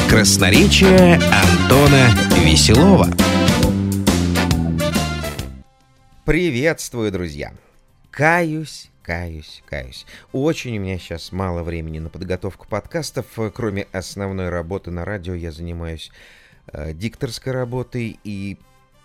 Красноречие Антона Веселова. Приветствую, друзья! Каюсь. Очень у меня сейчас мало времени на подготовку подкастов. Кроме основной работы на радио, я занимаюсь дикторской работой. И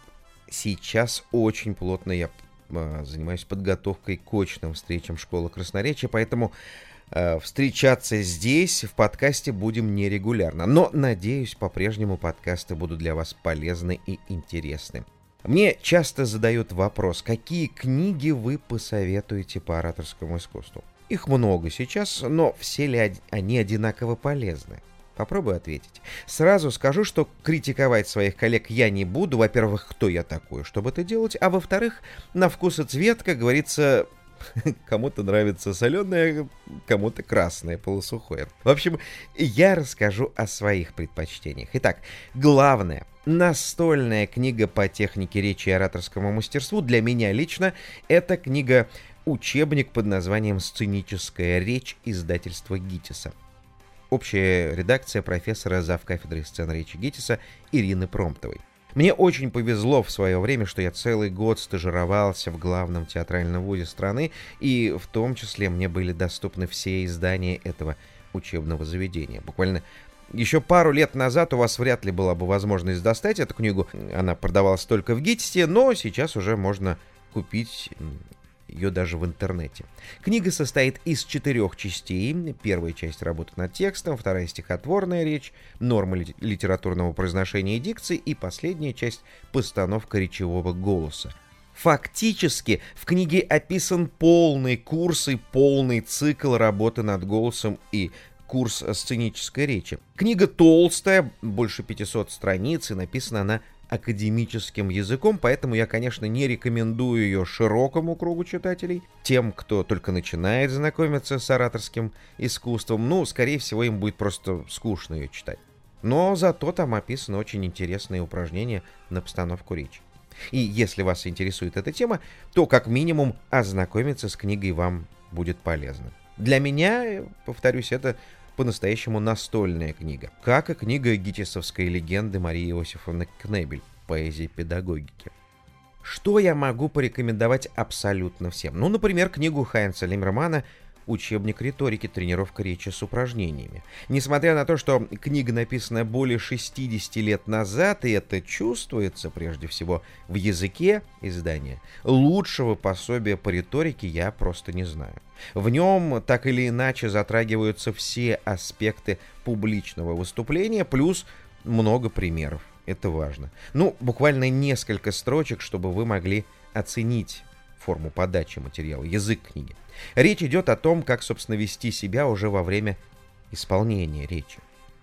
сейчас очень плотно я занимаюсь подготовкой к очным встречам школы красноречия. Поэтому встречаться здесь, в подкасте, будем нерегулярно. Но, надеюсь, по-прежнему подкасты будут для вас полезны и интересны. Мне часто задают вопрос, какие книги вы посоветуете по ораторскому искусству? Их много сейчас, но все ли они одинаково полезны? Попробую ответить. Сразу скажу, что критиковать своих коллег я не буду. Во-первых, кто я такой, чтобы это делать? А во-вторых, на вкус и цвет, как говорится, кому-то нравится соленое, кому-то красное, полусухое. В общем, я расскажу о своих предпочтениях. Итак, главное. Настольная книга по технике речи и ораторскому мастерству для меня лично — это книга-учебник под названием «Сценическая речь» издательства ГИТИСа. Общая редакция профессора завкафедры сцены речи ГИТИСа Ирины Промптовой. Мне очень повезло в свое время, что я целый год стажировался в главном театральном вузе страны, и в том числе мне были доступны все издания этого учебного заведения. Буквально еще пару лет назад у вас вряд ли была бы возможность достать эту книгу. Она продавалась только в ГИТИСе, но сейчас уже можно купить ее даже в интернете. Книга состоит из 4 частей. Первая часть — работа над текстом, вторая — стихотворная речь, нормы литературного произношения и дикции, и последняя часть — постановка речевого голоса. Фактически в книге описан полный курс и полный цикл работы над голосом и курс сценической речи. Книга толстая, больше 500 страниц, и написана она академическим языком, поэтому я, конечно, не рекомендую ее широкому кругу читателей. Тем, кто только начинает знакомиться с ораторским искусством, скорее всего, им будет просто скучно ее читать. Но зато там описаны очень интересные упражнения на постановку речи. И если вас интересует эта тема, то, как минимум, ознакомиться с книгой вам будет полезно. Для меня, повторюсь, это по-настоящему настольная книга, как и книга гитисовской легенды Марии Иосифовны Кнебель «Поэзия педагогики». Что я могу порекомендовать абсолютно всем? Например, книгу Хайнца Лиммермана «Учебник риторики. Тренировка речи с упражнениями». Несмотря на то, что книга написана более 60 лет назад, и это чувствуется прежде всего в языке издания, лучшего пособия по риторике я просто не знаю. В нем так или иначе затрагиваются все аспекты публичного выступления, плюс много примеров. Это важно. Буквально несколько строчек, чтобы вы могли оценить форму подачи материала, язык книги. Речь идет о том, как, собственно, вести себя уже во время исполнения речи.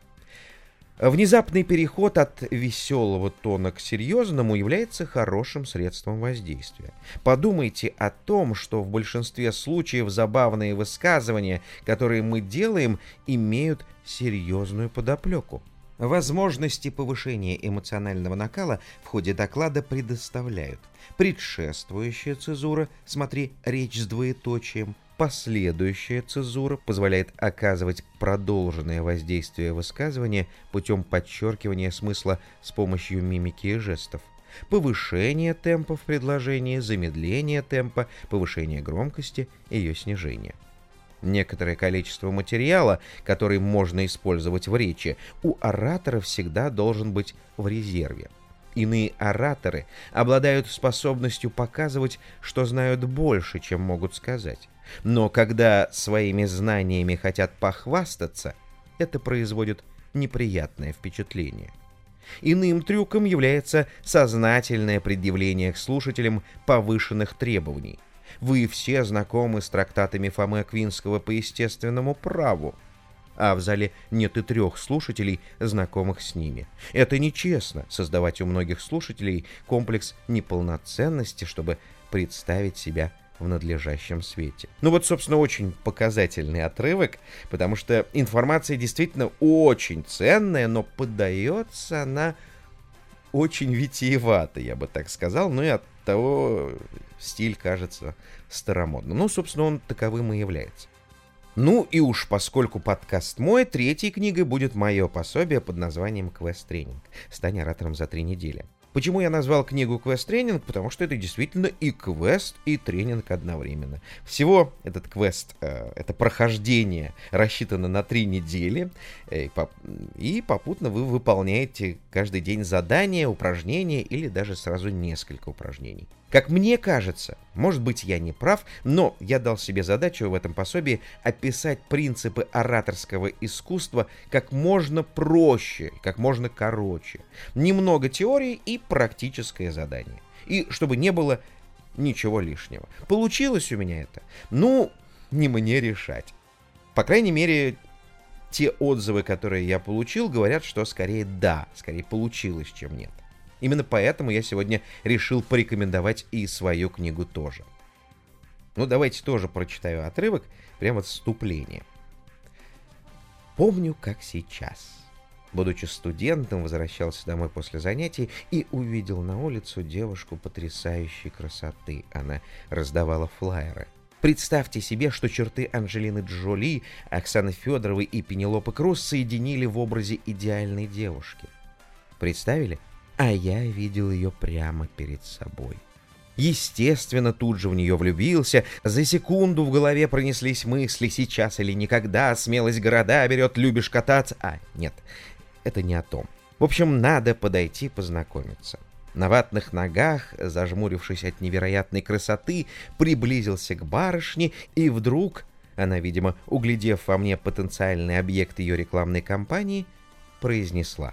Внезапный переход от веселого тона к серьезному является хорошим средством воздействия. Подумайте о том, что в большинстве случаев забавные высказывания, которые мы делаем, имеют серьезную подоплеку. Возможности повышения эмоционального накала в ходе доклада предоставляют предшествующая цезура, смотри, речь с двоеточием, последующая цезура позволяет оказывать продолженное воздействие высказывания путем подчеркивания смысла с помощью мимики и жестов, повышение темпа в предложении, замедление темпа, повышение громкости и ее снижение. Некоторое количество материала, который можно использовать в речи, у оратора всегда должен быть в резерве. Иные ораторы обладают способностью показывать, что знают больше, чем могут сказать. Но когда своими знаниями хотят похвастаться, это производит неприятное впечатление. Иным трюком является сознательное предъявление к слушателям повышенных требований. Вы все знакомы с трактатами Фомы Аквинского по естественному праву, а в зале нет и 3 слушателей, знакомых с ними. Это нечестно — создавать у многих слушателей комплекс неполноценности, чтобы представить себя в надлежащем свете. Собственно, очень показательный отрывок, потому что информация действительно очень ценная, но подается она очень витиевато, я бы так сказал, и оттого стиль кажется старомодным. Собственно, он таковым и является. Ну и уж поскольку подкаст мой, третьей книгой будет мое пособие под названием «Квест-тренинг. Стань оратором за 3 недели». Почему я назвал книгу «Квест-тренинг»? Потому что это действительно и квест, и тренинг одновременно. Всего этот квест, это прохождение, рассчитано на 3 недели, и попутно вы выполняете каждый день задания, упражнения или даже сразу несколько упражнений. Как мне кажется, может быть, я не прав, но я дал себе задачу в этом пособии описать принципы ораторского искусства как можно проще, как можно короче. Немного теории и практическое задание. И чтобы не было ничего лишнего. Получилось у меня это? Ну, не мне решать. По крайней мере, те отзывы, которые я получил, говорят, что скорее да, скорее получилось, чем нет. Именно поэтому я сегодня решил порекомендовать и свою книгу тоже. Ну, давайте тоже прочитаю отрывок, прямо вступление. Помню, как сейчас. Будучи студентом, возвращался домой после занятий и увидел на улицу девушку потрясающей красоты. Она раздавала флаеры. Представьте себе, что черты Анджелины Джоли, Оксаны Федоровой и Пенелопы Круз соединили в образе идеальной девушки. Представили? А я видел ее прямо перед собой. Естественно, тут же в нее влюбился. За секунду в голове пронеслись мысли: сейчас или никогда, смелость города берет, любишь кататься. А, нет, это не о том. В общем, надо подойти познакомиться. На ватных ногах, зажмурившись от невероятной красоты, приблизился к барышне, и вдруг она, видимо, углядев во мне потенциальный объект ее рекламной кампании, произнесла: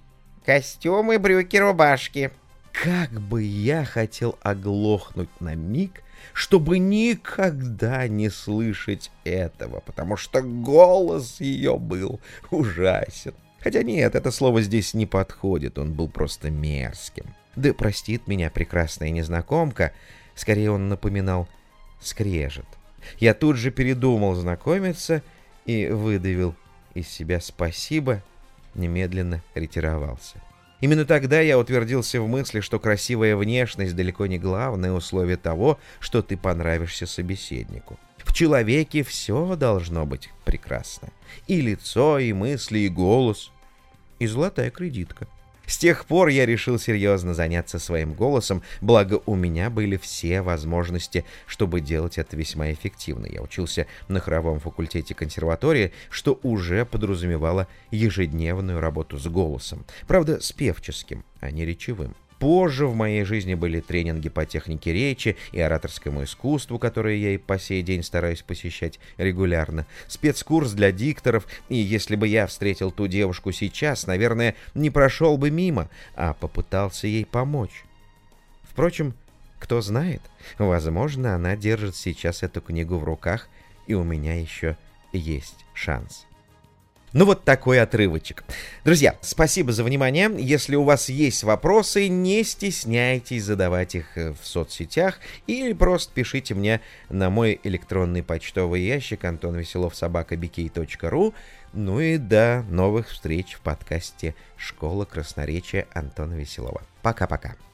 «Костюмы, брюки, рубашки». Как бы я хотел оглохнуть на миг, чтобы никогда не слышать этого, потому что голос ее был ужасен. Хотя нет, это слово здесь не подходит, он был просто мерзким. Да простит меня прекрасная незнакомка, скорее он напоминал скрежет. Я тут же передумал знакомиться и выдавил из себя спасибо, немедленно ретировался. Именно тогда я утвердился в мысли, что красивая внешность далеко не главное условие того, что ты понравишься собеседнику. В человеке все должно быть прекрасно. И лицо, и мысли, и голос, и золотая кредитка. С тех пор я решил серьезно заняться своим голосом, благо у меня были все возможности, чтобы делать это весьма эффективно. Я учился на хоровом факультете консерватории, что уже подразумевало ежедневную работу с голосом. Правда, с певческим, а не речевым. Позже в моей жизни были тренинги по технике речи и ораторскому искусству, которые я и по сей день стараюсь посещать регулярно, спецкурс для дикторов, и если бы я встретил ту девушку сейчас, наверное, не прошел бы мимо, а попытался ей помочь. Впрочем, кто знает, возможно, она держит сейчас эту книгу в руках, и у меня еще есть шанс. Ну вот такой отрывочек. Друзья, спасибо за внимание. Если у вас есть вопросы, не стесняйтесь задавать их в соцсетях или просто пишите мне на мой электронный почтовый ящик antonveselov@bk.ru. Ну и до новых встреч в подкасте «Школа красноречия» Антона Веселова. Пока-пока.